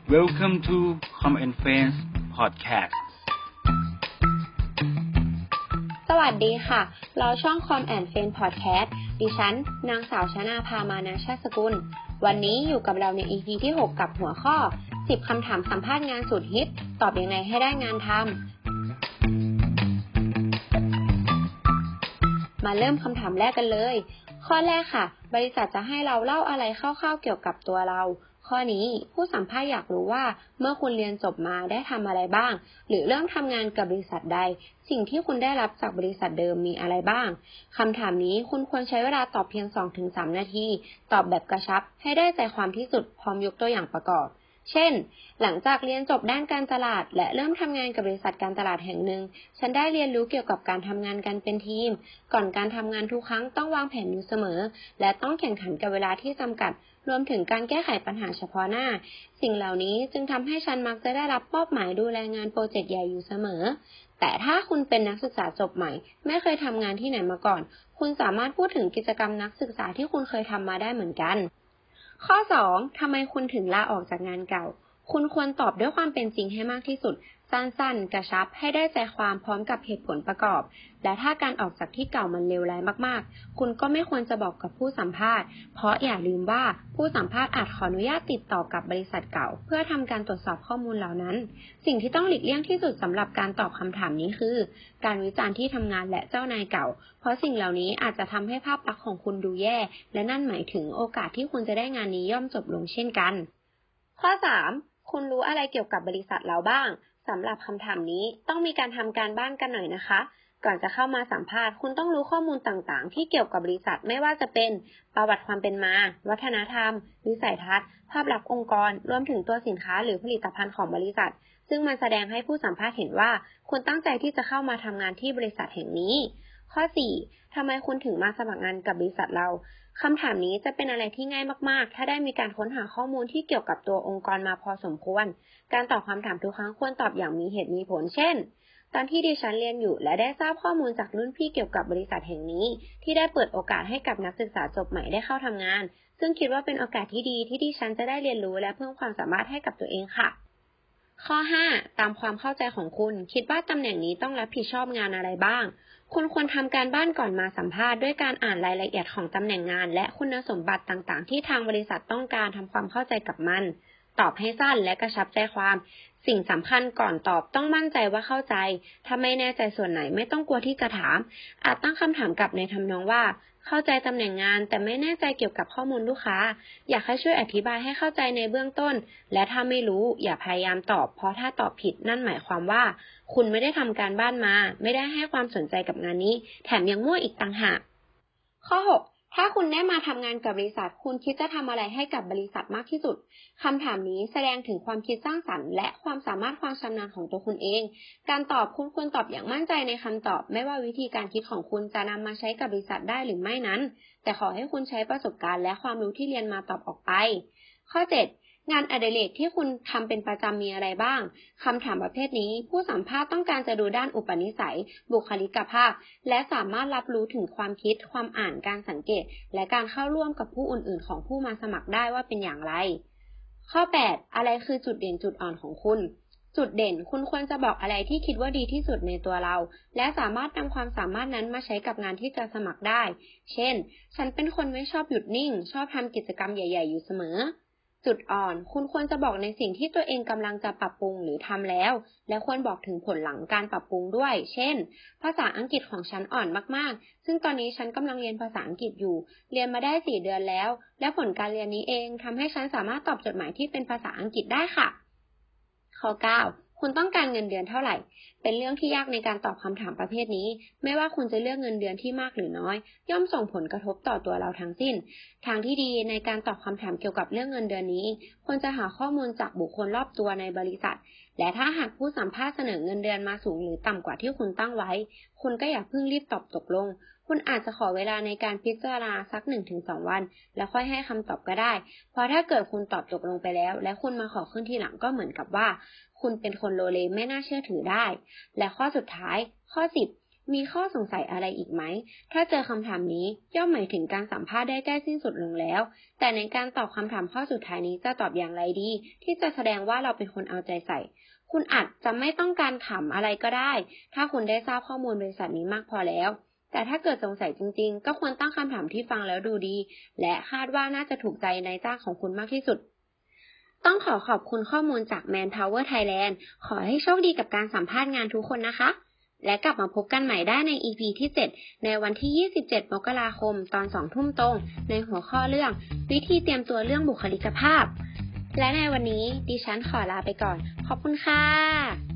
Welcome to Com and Friends Podcast สวัสดีค่ะเราช่อง Com and Friends Podcast ดิฉันนางสาวชนาภามานาชาติสกุลวันนี้อยู่กับเราใน EP ที่ 6 กับหัวข้อ 10 คำถามสัมภาษณ์งานสุดฮิตตอบยังไงให้ได้งานทำมาเริ่มคำถามแรกกันเลยข้อแรกค่ะบริษัทจะให้เราเล่าอะไรคร่าวๆเกี่ยวกับตัวเราข้อนี้ผู้สัมภาษณ์อยากรู้ว่าเมื่อคุณเรียนจบมาได้ทำอะไรบ้างหรือเริ่มทำงานกับบริษัทใดสิ่งที่คุณได้รับจากบริษัทเดิมมีอะไรบ้างคำถามนี้คุณควรใช้เวลาตอบเพียง 2-3 นาทีตอบแบบกระชับให้ได้ใจความที่สุดพร้อมยกตัวอย่างประกอบเช่นหลังจากเรียนจบด้านการตลาดและเริ่มทำงานกับบริษัทการตลาดแห่งหนึ่งฉันได้เรียนรู้เกี่ยวกับการทำงานกันเป็นทีมก่อนการทำงานทุกครั้งต้องวางแผนอยู่เสมอและต้องแข่งขันกับเวลาที่จำกัดรวมถึงการแก้ไขปัญหาเฉพาะหน้าสิ่งเหล่านี้จึงทำให้ฉันมักจะได้รับมอบหมายดูแลงานโปรเจกต์ใหญ่อยู่เสมอแต่ถ้าคุณเป็นนักศึกษาจบใหม่ไม่เคยทำงานที่ไหนมาก่อนคุณสามารถพูดถึงกิจกรรมนักศึกษาที่คุณเคยทำมาได้เหมือนกันข้อ 2 ทำไมคุณถึงลาออกจากงานเก่าคุณควรตอบด้วยความเป็นจริงให้มากที่สุดสั้นๆกระชับให้ได้ใจความพร้อมกับเหตุผลประกอบและถ้าการออกจากที่เก่ามันเลวร้ายมากๆคุณก็ไม่ควรจะบอกกับผู้สัมภาษณ์เพราะอย่าลืมว่าผู้สัมภาษณ์อาจขออนุญาตติดต่อกับบริษัทเก่าเพื่อทำการตรวจสอบข้อมูลเหล่านั้นสิ่งที่ต้องหลีกเลี่ยงที่สุดสำหรับการตอบคำถามนี้คือการวิจารณ์ที่ทำงานและเจ้านายเก่าเพราะสิ่งเหล่านี้อาจจะทำให้ภาพลักษณ์ของคุณดูแย่และนั่นหมายถึงโอกาสที่คุณจะได้งานนี้ย่อมจบลงเช่นกันข้อ 3คุณรู้อะไรเกี่ยวกับบริษัทเราบ้างสำหรับคำถามนี้ต้องมีการทำการบ้านกันหน่อยนะคะก่อนจะเข้ามาสัมภาษณ์คุณต้องรู้ข้อมูลต่างๆที่เกี่ยวกับบริษัทไม่ว่าจะเป็นประวัติความเป็นมาวัฒนธรรมวิสัยทัศน์ภาพลักษณ์องค์กรรวมถึงตัวสินค้าหรือผลิตภัณฑ์ของบริษัทซึ่งมันแสดงให้ผู้สัมภาษณ์เห็นว่าคุณตั้งใจที่จะเข้ามาทำงานที่บริษัทแห่งนี้ข้อ 4 ทำไมคุณถึงมาสมัครงานกับบริษัทเราคำถามนี้จะเป็นอะไรที่ง่ายมากๆถ้าได้มีการค้นหาข้อมูลที่เกี่ยวกับตัวองค์กรมาพอสมควรการตอบคำถามทุกครั้งควรตอบอย่างมีเหตุมีผลเช่นตอนที่ดิฉันเรียนอยู่และได้ทราบข้อมูลจากรุ่นพี่เกี่ยวกับบริษัทแห่งนี้ที่ได้เปิดโอกาสให้กับนักศึกษาจบใหม่ได้เข้าทำงานซึ่งคิดว่าเป็นโอกาสที่ดีที่ดิฉันจะได้เรียนรู้และเพิ่มความสามารถให้กับตัวเองค่ะข้อ 5 ตามความเข้าใจของคุณคิดว่าตำแหน่งนี้ต้องรับผิดชอบงานอะไรบ้างคุณควรทำการบ้านก่อนมาสัมภาษณ์ด้วยการอ่านรายละเอียดของตำแหน่งงานและคุณสมบัติต่างๆที่ทางบริษัทต้องการทำความเข้าใจกับมันตอบให้สั้นและกระชับใจความสิ่งสำคัญก่อนตอบต้องมั่นใจว่าเข้าใจถ้าไม่แน่ใจส่วนไหนไม่ต้องกลัวที่จะถามอาจตั้งคำถามกลับในทำนองว่าเข้าใจตำแหน่งงานแต่ไม่แน่ใจเกี่ยวกับข้อมูลลูกค้าอยากให้ช่วยอธิบายให้เข้าใจในเบื้องต้นและถ้าไม่รู้อย่าพยายามตอบเพราะถ้าตอบผิดนั่นหมายความว่าคุณไม่ได้ทำการบ้านมาไม่ได้ให้ความสนใจกับงานนี้แถมยังมั่วอีกต่างหากข้อ 6ถ้าคุณได้มาทำงานกับบริษัทคุณคิดจะทำอะไรให้กับบริษัทมากที่สุดคำถามนี้แสดงถึงความคิดสร้างสรรค์และความสามารถความชำนาญของตัวคุณเองการตอบคุณควรตอบอย่างมั่นใจในคำตอบไม่ว่าวิธีการคิดของคุณจะนำมาใช้กับบริษัทได้หรือไม่นั้นแต่ขอให้คุณใช้ประสบการณ์และความรู้ที่เรียนมาตอบออกไปข้อ 7งานอดิเรกที่คุณทำเป็นประจำมีอะไรบ้างคำถามประเภทนี้ผู้สัมภาษณ์ต้องการจะดูด้านอุปนิสัยบุคลิกภาพและสามารถรับรู้ถึงความคิดความอ่านการสังเกตและการเข้าร่วมกับผู้อื่นๆของผู้มาสมัครได้ว่าเป็นอย่างไรข้อ 8อะไรคือจุดเด่นจุดอ่อนของคุณจุดเด่นคุณควรจะบอกอะไรที่คิดว่าดีที่สุดในตัวเราและสามารถนำความสามารถนั้นมาใช้กับงานที่จะสมัครได้เช่นฉันเป็นคนไม่ชอบหยุดนิ่งชอบทำกิจกรรมใหญ่ๆอยู่เสมอจุดอ่อนคุณควรจะบอกในสิ่งที่ตัวเองกำลังจะปรับปรุงหรือทำแล้วและควรบอกถึงผลหลังการปรับปรุงด้วยเช่นภาษาอังกฤษของฉันอ่อนมากๆซึ่งตอนนี้ฉันกำลังเรียนภาษาอังกฤษอยู่เรียนมาได้4 เดือนแล้วและผลการเรียนนี้เองทำให้ฉันสามารถตอบจดหมายที่เป็นภาษาอังกฤษได้ค่ะข้อ 9คุณต้องการเงินเดือนเท่าไหร่เป็นเรื่องที่ยากในการตอบคำถามประเภทนี้ไม่ว่าคุณจะเลือกเงินเดือนที่มากหรือน้อยย่อมส่งผลกระทบต่อตัวเราทั้งสิ้นทางที่ดีในการตอบคำถามเกี่ยวกับเรื่องเงินเดือนนี้ควรจะหาข้อมูลจากบุคคลรอบตัวในบริษัทและถ้าหากผู้สัมภาษณ์เสนอเงินเดือนมาสูงหรือต่ำกว่าที่คุณตั้งไว้คุณก็อย่าเพิ่งรีบตอบตกลงคุณอาจจะขอเวลาในการพิจารณาสัก 1-2 วันแล้วค่อยให้คำตอบก็ได้เพราะถ้าเกิดคุณตอบตกลงไปแล้วและคุณมาขอขึ้นทีหลังก็เหมือนกับว่าคุณเป็นคนโลเลไม่น่าเชื่อถือได้และข้อสุดท้ายข้อ 10 มีข้อสงสัยอะไรอีกไหมถ้าเจอคำถามนี้ย่อมหมายถึงการสัมภาษณ์ได้ใกล้สิ้นสุดลงแล้วแต่ในการตอบคำถามข้อสุดท้ายนี้จะตอบอย่างไรดีที่จะแสดงว่าเราเป็นคนเอาใจใส่คุณอาจจะไม่ต้องการถามอะไรก็ได้ถ้าคุณได้ทราบข้อมูลบริษัทนี้มากพอแล้วแต่ถ้าเกิดสงสัยจริงๆก็ควรตั้งคำถามที่ฟังแล้วดูดีและคาดว่าน่าจะถูกใจนายจ้างของคุณมากที่สุดต้องขอบคุณข้อมูลจาก Manpower Thailand ขอให้โชคดีกับการสัมภาษณ์งานทุกคนนะคะและกลับมาพบกันใหม่ได้ใน EP ที่ 7 ในวันที่ 27 มกราคมตอน 2 ทุ่มตรงในหัวข้อเรื่องวิธีเตรียมตัวเรื่องบุคลิกภาพและในวันนี้ดิฉันขอลาไปก่อนขอบคุณค่ะ